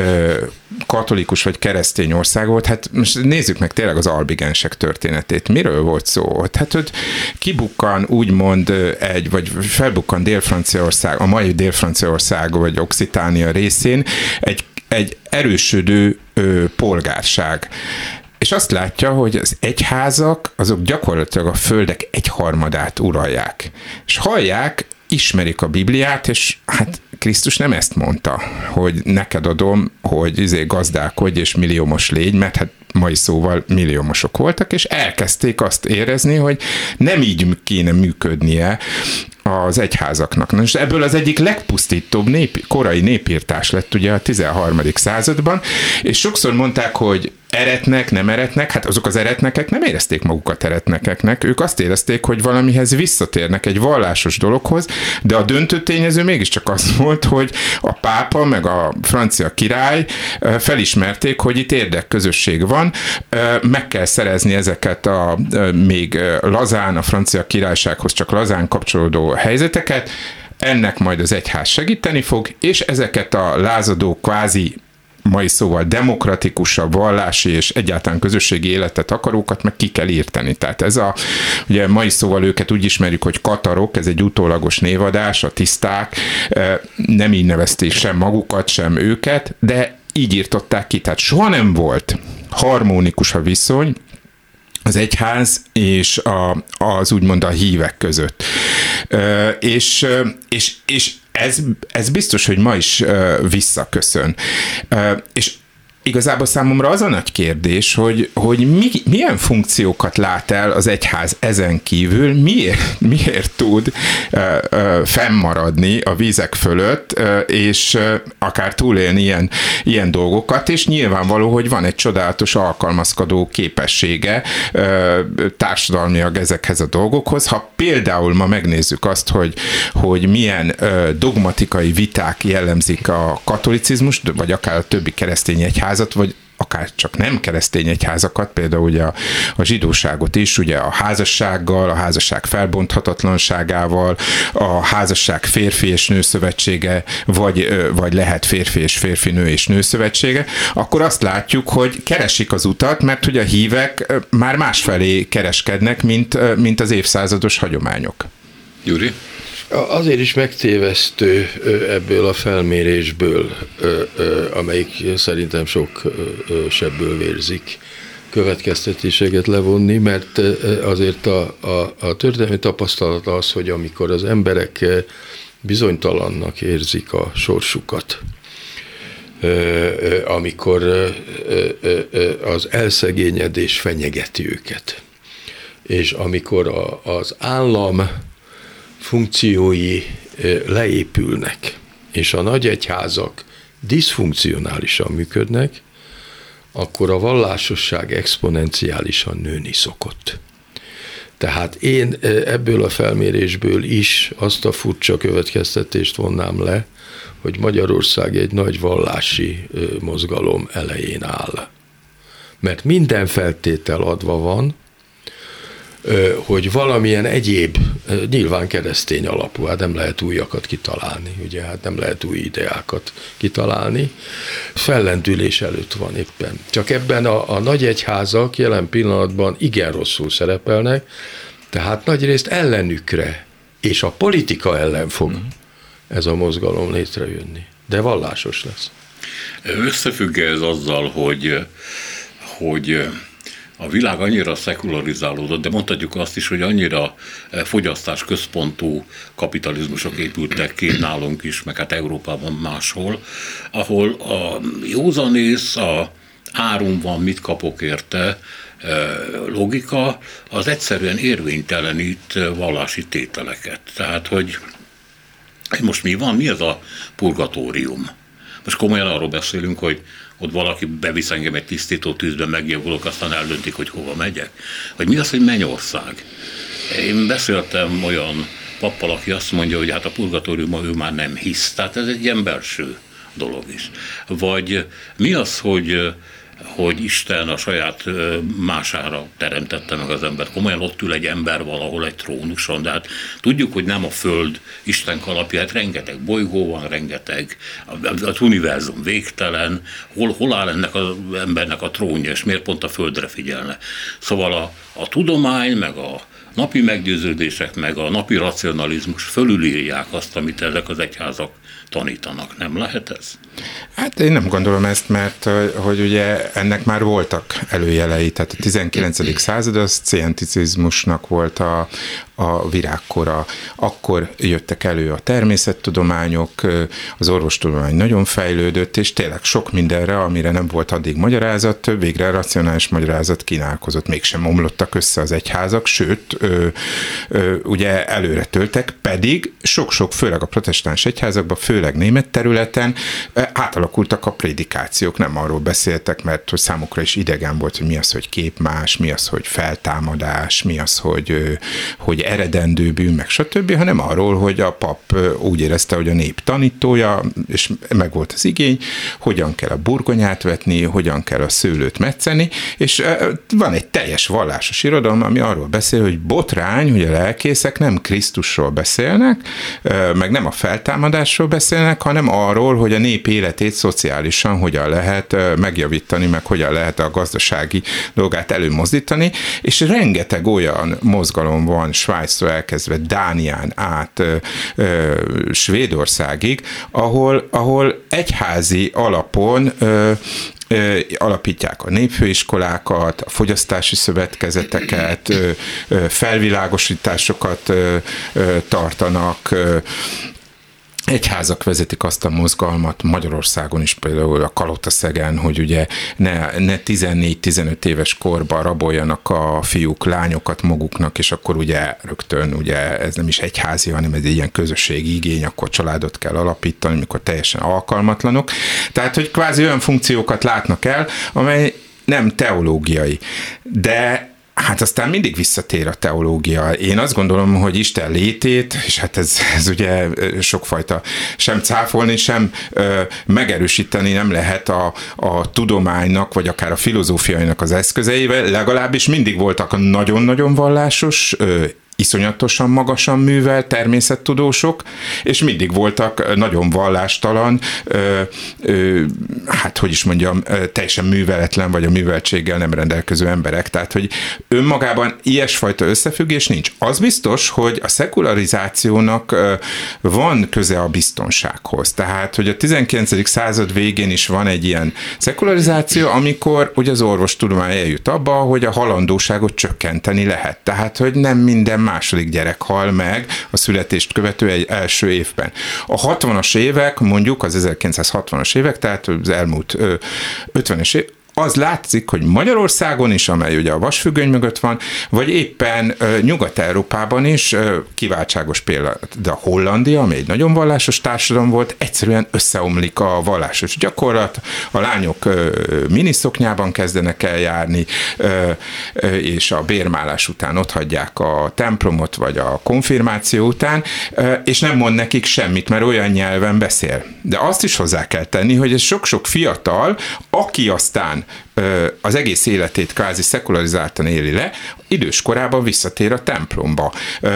katolikus vagy keresztény ország volt, hát most nézzük meg tényleg az albigensek történetét. Miről volt szó? Hát, hogy kibukkan úgymond egy, vagy felbukkan Dél-Franciaország, a mai Dél-Franciaország vagy Occitánia részén egy, egy erősödő ö, polgárság. És azt látja, hogy az egyházak, azok gyakorlatilag a földek egyharmadát uralják. És hallják, ismerik a Bibliát, és hát Krisztus nem ezt mondta, hogy neked adom, hogy izé gazdálkodj és milliómos légy, mert hát mai szóval milliómosok voltak, és elkezdték azt érezni, hogy nem így kéne működnie az egyházaknak. Na, és ebből az egyik legpusztítóbb nép, korai népírtás lett ugye a tizenharmadik században, és sokszor mondták, hogy eretnek, nem eretnek, hát azok az eretnekek nem érezték magukat eretnekeknek, ők azt érezték, hogy valamihez visszatérnek egy vallásos dologhoz, de a döntő tényező mégiscsak az volt, hogy a pápa meg a francia király felismerték, hogy itt érdekközösség van, meg kell szerezni ezeket a még lazán, a francia királysághoz csak lazán kapcsolódó helyzeteket, ennek majd az egyház segíteni fog, és ezeket a lázadó kvázi mai szóval demokratikusabb vallási és egyáltalán közösségi életet akarókat meg ki kell írteni. Tehát ez a, ugye mai szóval őket úgy ismerjük, hogy katarok, ez egy utólagos névadás, a tiszták, nem így nevezték sem magukat, sem őket, de így írtották ki. Tehát soha nem volt harmonikus a viszony az egyház és a, az úgymond a hívek között. És, és, és Ez, ez biztos, hogy ma is uh, visszaköszön. Uh, és igazából számomra az a nagy kérdés, hogy, hogy mi, milyen funkciókat lát el az egyház ezen kívül, miért, miért tud uh, uh, fennmaradni a vízek fölött, uh, és uh, akár túlélni ilyen, ilyen dolgokat, és nyilvánvaló, hogy van egy csodálatos alkalmazkodó képessége uh, társadalmiak ezekhez a dolgokhoz. Ha például ma megnézzük azt, hogy, hogy milyen uh, dogmatikai viták jellemzik a katolicizmust, vagy akár a többi keresztény egyház, vagy akár csak nem keresztény egyházakat, például ugye a, a zsidóságot is, ugye a házassággal, a házasság felbonthatatlanságával, a házasság férfi és nő szövetsége, vagy, vagy lehet férfi és férfi, nő és nő szövetsége, akkor azt látjuk, hogy keresik az utat, mert ugye a hívek már másfelé kereskednek, mint, mint az évszázados hagyományok. Gyuri? Azért is megtévesztő ebből a felmérésből, amelyik szerintem sok sebből vérzik, következtetéseket levonni, mert azért a, a, a történelmi tapasztalat az, hogy amikor az emberek bizonytalannak érzik a sorsukat, amikor az elszegényedés fenyegeti őket, és amikor a, az állam funkciói leépülnek, és a nagy egyházak diszfunkcionálisan működnek, akkor a vallásosság exponenciálisan nőni szokott. Tehát én ebből a felmérésből is azt a furcsa következtetést vonnám le, hogy Magyarország egy nagy vallási mozgalom elején áll. Mert minden feltétel adva van, hogy valamilyen egyéb, nyilván keresztény alapú, hát nem lehet újakat kitalálni, ugye, hát nem lehet új ideákat kitalálni, fellendülés előtt van éppen. Csak ebben a, a nagy egyházak jelen pillanatban igen rosszul szerepelnek, tehát nagyrészt ellenükre, és a politika ellen fog mm. ez a mozgalom létrejönni, de vallásos lesz. Összefügg ez azzal, hogy, hogy a világ annyira szekularizálódott, de mondhatjuk azt is, hogy annyira fogyasztás központú kapitalizmusok épültek ki nálunk is, meg hát Európában máshol, ahol a józanész, a árum van, mit kapok érte logika, az egyszerűen érvénytelenít vallási tételeket. Tehát, hogy most mi van, mi ez a purgatórium? Most komolyan arról beszélünk, hogy ott valaki bevisz engem egy tisztító tűzben, megjavulok, aztán eldöntik, hogy hova megyek. Vagy mi az, hogy mennyország? Én beszéltem olyan pappal, aki azt mondja, hogy hát a purgatóriumban ő már nem hisz. Tehát ez egy ilyen belső dolog is. Vagy mi az, hogy hogy Isten a saját mására teremtette meg az embert. Komolyan ott ül egy ember valahol egy trónuson, de hát tudjuk, hogy nem a Föld Isten kalapja, hát rengeteg bolygó van, rengeteg, az univerzum végtelen, hol, hol áll ennek az embernek a trónja, és miért pont a Földre figyelne. Szóval a, a tudomány, meg a napi meggyőződések, meg a napi racionalizmus fölülírják azt, amit ezek az egyházak tanítanak. Nem lehet ez? Hát én nem gondolom ezt, mert hogy ugye ennek már voltak előjelei, tehát a tizenkilencedik század az scienticizmusnak volt a, a virágkora. Akkor jöttek elő a természettudományok, az orvostudomány nagyon fejlődött, és tényleg sok mindenre, amire nem volt addig magyarázat, végre racionális magyarázat kínálkozott. Mégsem omlottak össze az egyházak, sőt, ö, ö, ugye előre töltek, pedig sok-sok, főleg a protestáns egyházakban, főleg német területen átalakultak a prédikációk, nem arról beszéltek, mert hogy számukra is idegen volt, hogy mi az, hogy képmás, mi az, hogy feltámadás, mi az, hogy, hogy eredendő bűn, meg stb., hanem arról, hogy a pap úgy érezte, hogy a nép tanítója, és meg volt az igény, hogyan kell a burgonyát vetni, hogyan kell a szőlőt metszeni, és van egy teljes vallásos irodalom, ami arról beszél, hogy botrány, hogy a lelkészek nem Krisztusról beszélnek, meg nem a feltámadásról beszélnek, hanem arról, hogy a nép életét szociálisan hogyan lehet megjavítani, meg hogyan lehet a gazdasági dolgát előmozdítani, és rengeteg olyan mozgalom van Svájctól elkezdve Dánián át ö, ö, Svédországig, ahol, ahol egyházi alapon ö, ö, alapítják a népfőiskolákat, a fogyasztási szövetkezeteket, ö, ö, felvilágosításokat ö, ö, tartanak, ö, egyházak vezetik azt a mozgalmat Magyarországon is, például a Kalotaszegen, hogy ugye ne, ne tizennégy-tizenöt éves korban raboljanak a fiúk lányokat maguknak, és akkor ugye rögtön ugye ez nem is egyházi, hanem ez egy ilyen közösségi igény, akkor családot kell alapítani, mikor teljesen alkalmatlanok. Tehát, hogy kvázi olyan funkciókat látnak el, amely nem teológiai, de hát aztán mindig visszatér a teológia. Én azt gondolom, hogy Isten létét, és hát ez, ez ugye sokfajta, sem cáfolni, sem ö, megerősíteni nem lehet a, a tudománynak, vagy akár a filozófiainak az eszközeivel, legalábbis mindig voltak nagyon-nagyon vallásos, ö, iszonyatosan magasan művelt természettudósok, és mindig voltak nagyon vallástalan, ö, ö, hát hogy is mondjam, teljesen műveletlen, vagy a műveltséggel nem rendelkező emberek. Tehát, hogy önmagában ilyesfajta összefüggés nincs. Az biztos, hogy a szekularizációnak ö, van köze a biztonsághoz. Tehát, hogy a tizenkilencedik század végén is van egy ilyen szekularizáció, amikor ugye az orvostudomány eljut abba, hogy a halandóságot csökkenteni lehet. Tehát, hogy nem minden második gyerek hal meg a születést követő egy első évben. A hatvanas évek, mondjuk az ezerkilencszázhatvanas évek, tehát az elmúlt ötvenes év, az látszik, hogy Magyarországon is, amely ugye a vasfüggöny mögött van, vagy éppen uh, Nyugat-Európában is, uh, kiváltságos példa, de a Hollandia, ami egy nagyon vallásos társadalom volt, egyszerűen összeomlik a vallásos gyakorlat, a lányok uh, miniszoknyában kezdenek el járni, uh, uh, és a bérmálás után otthagyják a templomot, vagy a konfirmáció után, uh, és nem mond nekik semmit, mert olyan nyelven beszél. De azt is hozzá kell tenni, hogy ez sok-sok fiatal, aki aztán az egész életét kvázi szekularizáltan éli le, idős korában visszatér a templomba.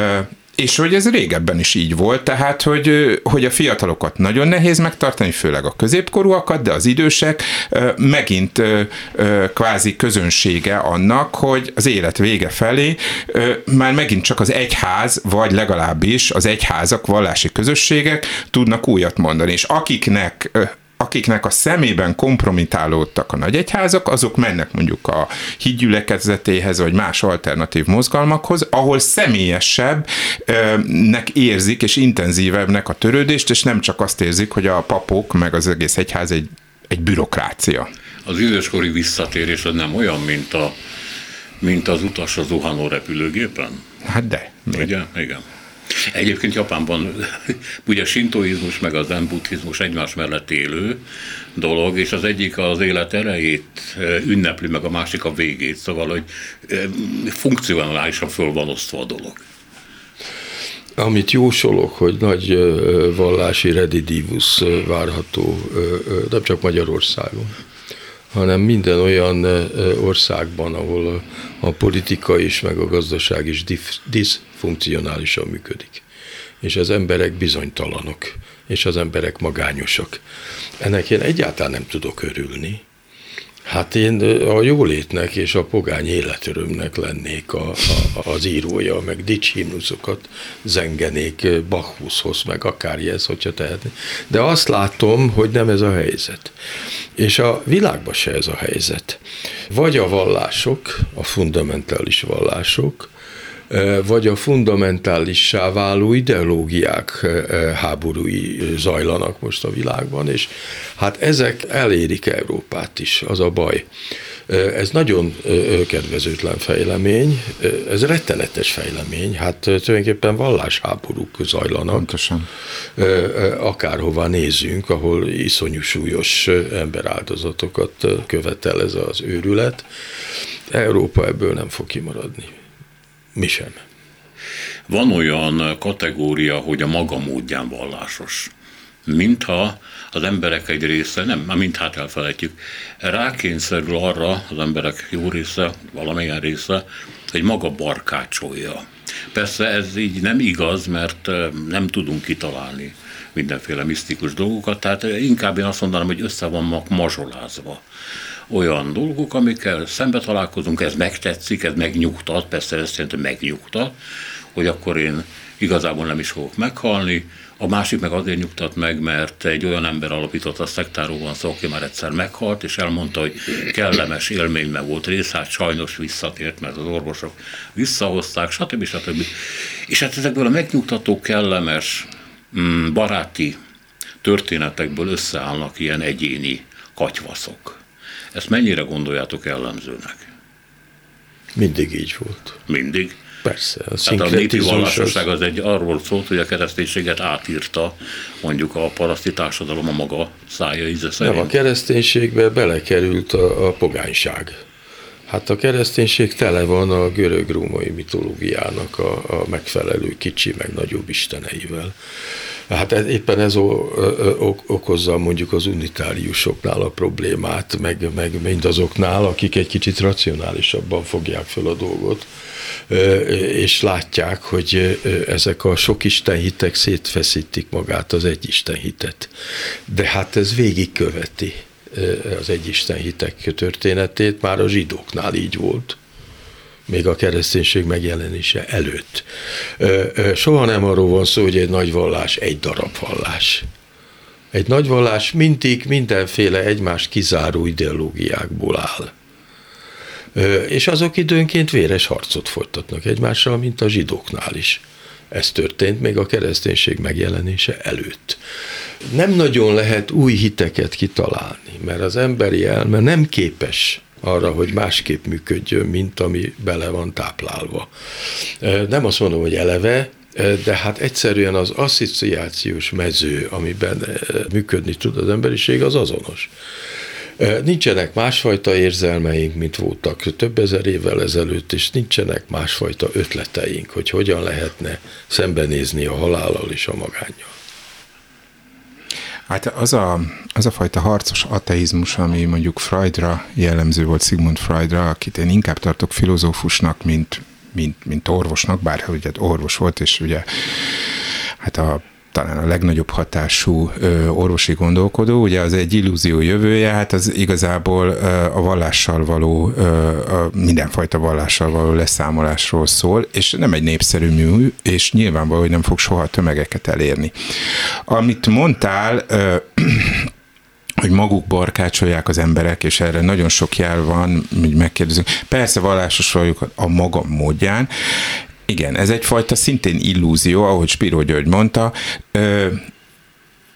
És hogy ez régebben is így volt, tehát, hogy, hogy a fiatalokat nagyon nehéz megtartani, főleg a középkorúakat, de az idősek megint kvázi közönsége annak, hogy az élet vége felé már megint csak az egyház, vagy legalábbis az egyházak, vallási közösségek tudnak újat mondani. És akiknek akiknek a szemében kompromitálódtak a nagyegyházak, azok mennek mondjuk a hídgyülekezetéhez, vagy más alternatív mozgalmakhoz, ahol személyesebbnek érzik, és intenzívebbnek a törődést, és nem csak azt érzik, hogy a papok, meg az egész egyház egy, egy bürokrácia. az időskori visszatérés az nem olyan, mint, a, mint az utas a zuhanó repülőgépen? Hát de. Ugye? Igen. Egyébként Japánban ugye a sintoizmus meg a zen buddhizmus egymás mellett élő dolog, és az egyik az élet elejét ünnepli, meg a másik a végét, szóval, hogy funkcionálisan föl van osztva a dolog. Amit jósolok, hogy nagy vallási redidivus várható nem csak Magyarországon, hanem minden olyan országban, ahol a politika is, meg a gazdaság is diszfunkcionálisan működik. És az emberek bizonytalanok, és az emberek magányosak. Ennek én egyáltalán nem tudok örülni. Hát én a jólétnek és a pogány életörömnek lennék a, a, az írója, meg dicshimnuszokat zengenék Bacchushoz, meg akárjez, hogyha tehetné. De azt látom, hogy nem ez a helyzet. És a világban se ez a helyzet. Vagy a vallások, a fundamentális vallások, vagy a fundamentálissá váló ideológiák háborúi zajlanak most a világban, és hát ezek elérik Európát is, az a baj. Ez nagyon kedvezőtlen fejlemény, ez rettenetes fejlemény, hát tulajdonképpen vallásháborúk zajlanak. Pontosan. Akárhova nézzünk, ahol iszonyú súlyos emberáldozatokat követel ez az őrület. Európa ebből nem fog kimaradni. Mi sem. Van olyan kategória, hogy a maga módján vallásos. Mintha az emberek egy része, nem, mint hát elfelejtjük, rákényszerül arra az emberek jó része, valamilyen része, hogy maga barkácsolja. Persze ez így nem igaz, mert nem tudunk kitalálni mindenféle misztikus dolgokat, tehát inkább én azt mondanám, hogy össze vannak mazsolázva olyan dolgok, amikkel szembe találkozunk, ez megtetszik, ez megnyugtat, persze ez szerintem megnyugtat, hogy akkor én igazából nem is fogok meghalni, a másik meg azért nyugtat meg, mert egy olyan ember alapított, a szektáról van szó, aki már egyszer meghalt, és elmondta, hogy kellemes élményben volt rész, hát sajnos visszatért, mert az orvosok visszahozták, stb. stb. És hát ezekből a megnyugtató, kellemes, baráti történetekből összeállnak ilyen egyéni katyvaszok. Ezt mennyire gondoljátok jellemzőnek? Mindig így volt. Mindig? Persze. A Tehát a népi vallásosság az egy arról szólt, hogy a kereszténységet átírta mondjuk a paraszti társadalom a maga szája íze szerint. Nem, a kereszténységbe belekerült a, a pogányság. Hát a kereszténység tele van a görög-római mitológiának a, a megfelelő kicsi, meg nagyobb isteneivel. Hát éppen ez okozza mondjuk az unitáriusoknál a problémát, meg, meg mindazoknál, akik egy kicsit racionálisabban fogják fel a dolgot, és látják, hogy ezek a sok istenhitek szétfeszítik magát az egy istenhitet. De hát ez végigköveti az egy istenhitek történetét, már a zsidóknál így volt, még a kereszténység megjelenése előtt. Soha nem arról van szó, hogy egy nagy vallás egy darab vallás. Egy nagy vallás mindig mindenféle egymást kizáró ideológiákból áll. És azok időnként véres harcot folytatnak egymással, mint a zsidóknál is. Ez történt még a kereszténység megjelenése előtt. Nem nagyon lehet új hiteket kitalálni, mert az emberi elme nem képes arra, hogy másképp működjön, mint ami bele van táplálva. Nem azt mondom, hogy eleve, de hát egyszerűen az asszociációs mező, amiben működni tud az emberiség, az azonos. Nincsenek másfajta érzelmeink, mint voltak több ezer évvel ezelőtt, és nincsenek másfajta ötleteink, hogy hogyan lehetne szembenézni a halállal és a magánnyal. Hát az a, az a fajta harcos ateizmus, ami mondjuk Freudra jellemző volt, Sigmund Freudra, akit én inkább tartok filozófusnak, mint, mint, mint orvosnak, bár ugye orvos volt, és ugye hát a talán a legnagyobb hatású ö, orvosi gondolkodó, ugye az egy illúzió jövője, hát az igazából ö, a vallással való, ö, a mindenfajta vallással való leszámolásról szól, és nem egy népszerű mű, és nyilvánvaló, hogy nem fog soha tömegeket elérni. Amit mondtál, ö, hogy maguk barkácsolják az emberek, és erre nagyon sok jel van, hogy megkérdezünk. Persze vallásos vagyok a maga módján. Igen, ez egyfajta szintén illúzió, ahogy Spiró György mondta.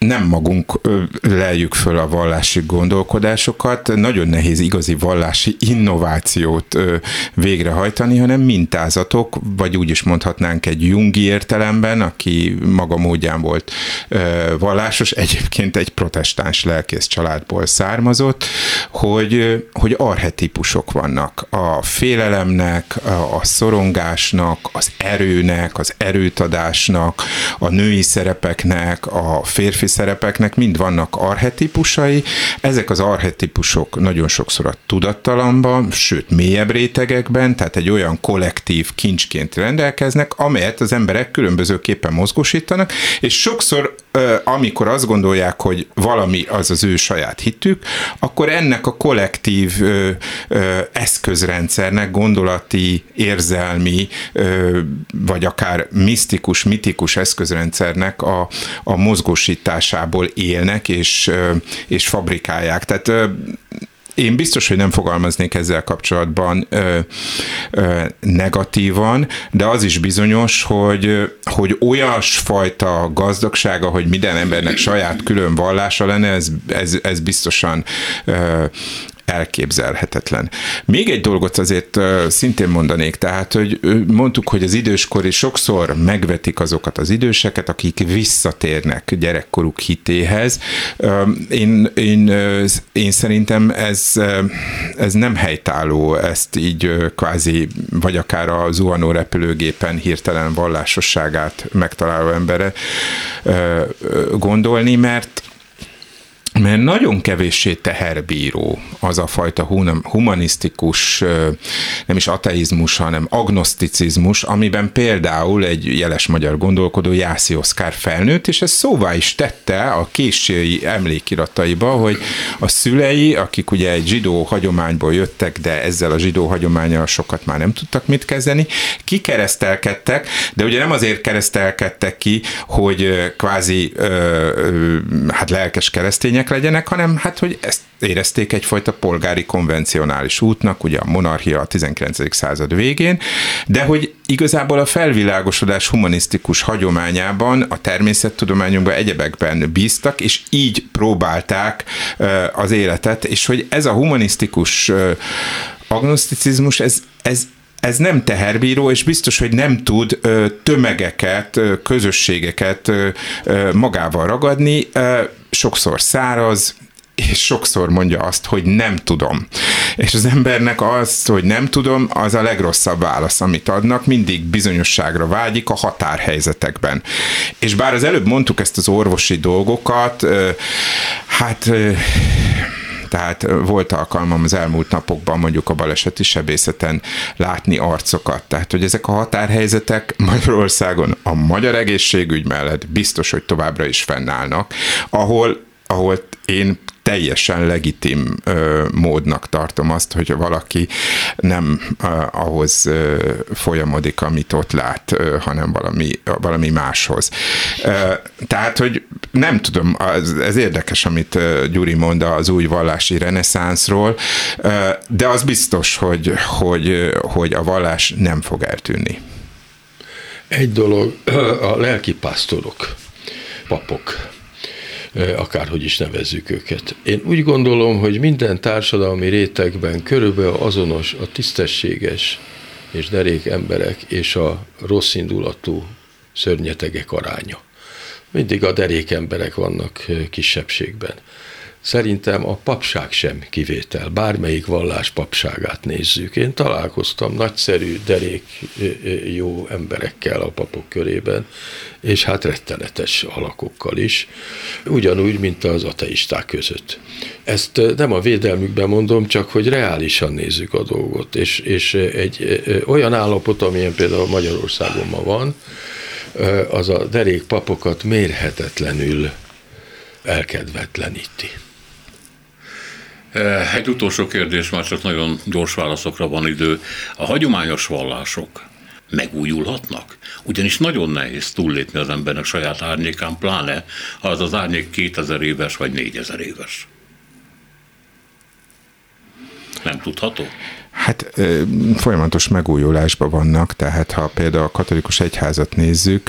nem magunk leljük föl a vallási gondolkodásokat, nagyon nehéz igazi vallási innovációt végrehajtani, hanem mintázatok, vagy úgy is mondhatnánk egy jungi értelemben, aki maga módján volt vallásos, egyébként egy protestáns lelkész családból származott, hogy, hogy archetípusok vannak. A félelemnek, a szorongásnak, az erőnek, az erőtadásnak, a női szerepeknek, a férfi szerepeknek mind vannak archetípusai. Ezek az archetípusok nagyon sokszor a tudattalamban, sőt mélyebb rétegekben, tehát egy olyan kollektív kincsként rendelkeznek, amelyet az emberek különbözőképpen mozgósítanak, és sokszor, amikor azt gondolják, hogy valami az az ő saját hitük, akkor ennek a kollektív eszközrendszernek, gondolati, érzelmi, vagy akár misztikus, mitikus eszközrendszernek a, a mozgósításából élnek és, és fabrikálják. Tehát én biztos, hogy nem fogalmaznék ezzel kapcsolatban ö, ö, negatívan, de az is bizonyos, hogy, hogy olyasfajta gazdagsága, hogy minden embernek saját külön vallása lenne, ez, ez, ez biztosan ö, elképzelhetetlen. Még egy dolgot azért szintén mondanék, tehát, hogy mondtuk, hogy az időskori sokszor megvetik azokat az időseket, akik visszatérnek gyerekkoruk hitéhez. Én, én, én szerintem ez, ez nem helytálló, ezt így kvázi, vagy akár a zuhanó repülőgépen hirtelen vallásosságát megtaláló emberre gondolni, mert mert nagyon kevéssé teherbíró az a fajta humanisztikus, nem is ateizmus, hanem agnoszticizmus, amiben például egy jeles magyar gondolkodó, Jászi Oszkár felnőtt, és ezt szóvá is tette a késői emlékirataiba, hogy a szülei, akik ugye egy zsidó hagyományból jöttek, de ezzel a zsidó hagyománnyal sokat már nem tudtak mit kezdeni, kikeresztelkedtek, de ugye nem azért keresztelkedtek ki, hogy kvázi hát lelkes keresztények legyenek, hanem hát, hogy ezt érezték egyfajta polgári konvencionális útnak, ugye a monarchia a tizenkilencedik század végén, de hogy igazából a felvilágosodás humanisztikus hagyományában, a természettudományokban, egyebekben bíztak, és így próbálták az életet, és hogy ez a humanisztikus agnoszticizmus, ez, ez Ez nem teherbíró, és biztos, hogy nem tud ö, tömegeket, ö, közösségeket ö, ö, magával ragadni, ö, sokszor száraz, és sokszor mondja azt, hogy nem tudom. És az embernek az, hogy nem tudom, az a legrosszabb válasz, amit adnak, mindig bizonyosságra vágyik a határhelyzetekben. És bár az előbb mondtuk ezt az orvosi dolgokat, ö, hát... Ö, Tehát volt alkalmam az elmúlt napokban mondjuk a baleseti sebészeten látni arcokat. Tehát, hogy ezek a határhelyzetek Magyarországon a magyar egészségügy mellett biztos, hogy továbbra is fennállnak, ahol, ahol én teljesen legitim ö, módnak tartom azt, hogy valaki nem ö, ahhoz ö, folyamodik, amit ott lát, ö, hanem valami, valami máshoz. Ö, tehát, hogy nem tudom, az, ez érdekes, amit ö, Gyuri mond az új vallási reneszánszról, ö, de az biztos, hogy, hogy, hogy a vallás nem fog eltűnni. Egy dolog, a lelkipásztorok, papok, akárhogy is nevezzük őket. Én úgy gondolom, hogy minden társadalmi rétegben körülbelül azonos a tisztességes és derék emberek és a rosszindulatú szörnyetegek aránya. Mindig a derék emberek vannak kisebbségben. Szerintem a papság sem kivétel. Bármelyik vallás papságát nézzük. Én találkoztam nagyszerű, derék jó emberekkel a papok körében, és hát rettenetes alakokkal is, ugyanúgy, mint az ateisták között. Ezt nem a védelmükben mondom, csak hogy reálisan nézzük a dolgot, és, és egy olyan állapot, amilyen például Magyarországon ma van, az a derék papokat mérhetetlenül elkedvetleníti. Egy utolsó kérdés, már csak nagyon gyors válaszokra van idő. A hagyományos vallások megújulhatnak? Ugyanis nagyon nehéz túllépni az embernek saját árnyékán, pláne ha az az árnyék kétezer éves vagy négyezer éves. Nem tudható? Hát folyamatos megújulásban vannak, tehát ha például a katolikus egyházat nézzük,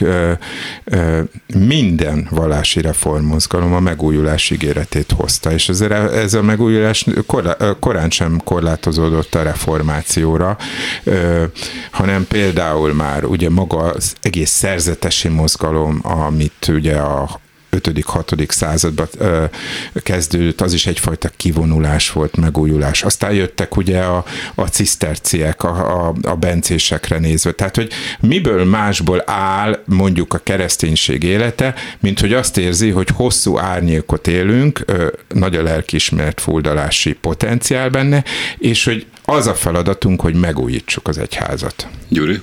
minden vallási reformmozgalom a megújulás ígéretét hozta, és ezért ez a megújulás korán sem korlátozódott a reformációra, hanem például már ugye maga az egész szerzetesi mozgalom, amit ugye a ötödik hatodik században ö, kezdődött, az is egyfajta kivonulás volt, megújulás. Aztán jöttek ugye a, a ciszterciek, a, a, a bencésekre nézve. Tehát, hogy miből másból áll mondjuk a kereszténység élete, mint hogy azt érzi, hogy hosszú árnyékot élünk, ö, nagy a lelkiismeret fuldalási potenciál benne, és hogy az a feladatunk, hogy megújítsuk az egyházat. Gyuri?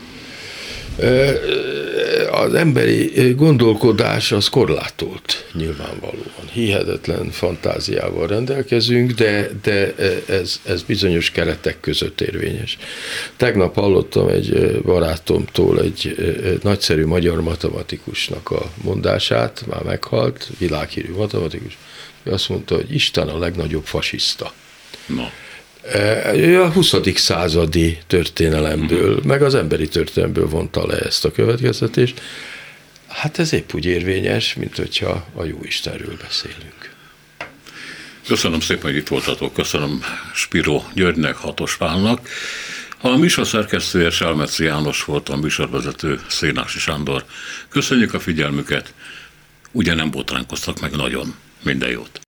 Az emberi gondolkodás az korlátolt, nyilvánvalóan. Hihetetlen fantáziával rendelkezünk, de, de ez, ez bizonyos keretek között érvényes. Tegnap hallottam egy barátomtól egy nagyszerű magyar matematikusnak a mondását, már meghalt, világhírű matematikus, azt mondta, hogy Isten a legnagyobb fasiszta. No. A huszadik századi történelemből, uh-huh. meg az emberi történelemből vonta le ezt a következtetést. Hát ez épp úgy érvényes, mint hogyha a jó Istenről beszélünk. Köszönöm szépen, hogy itt voltatok. Köszönöm Spiro Györgynek, Hatos Pálnak. A műsor szerkesztője Selmeci János volt, a műsorvezető Szénási Sándor. Köszönjük a figyelmüket. Ugye nem botránkoztak meg nagyon. Minden jót.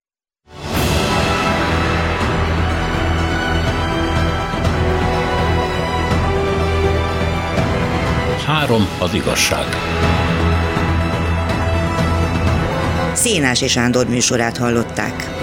Három az igazság. Szénási Sándor műsorát hallották.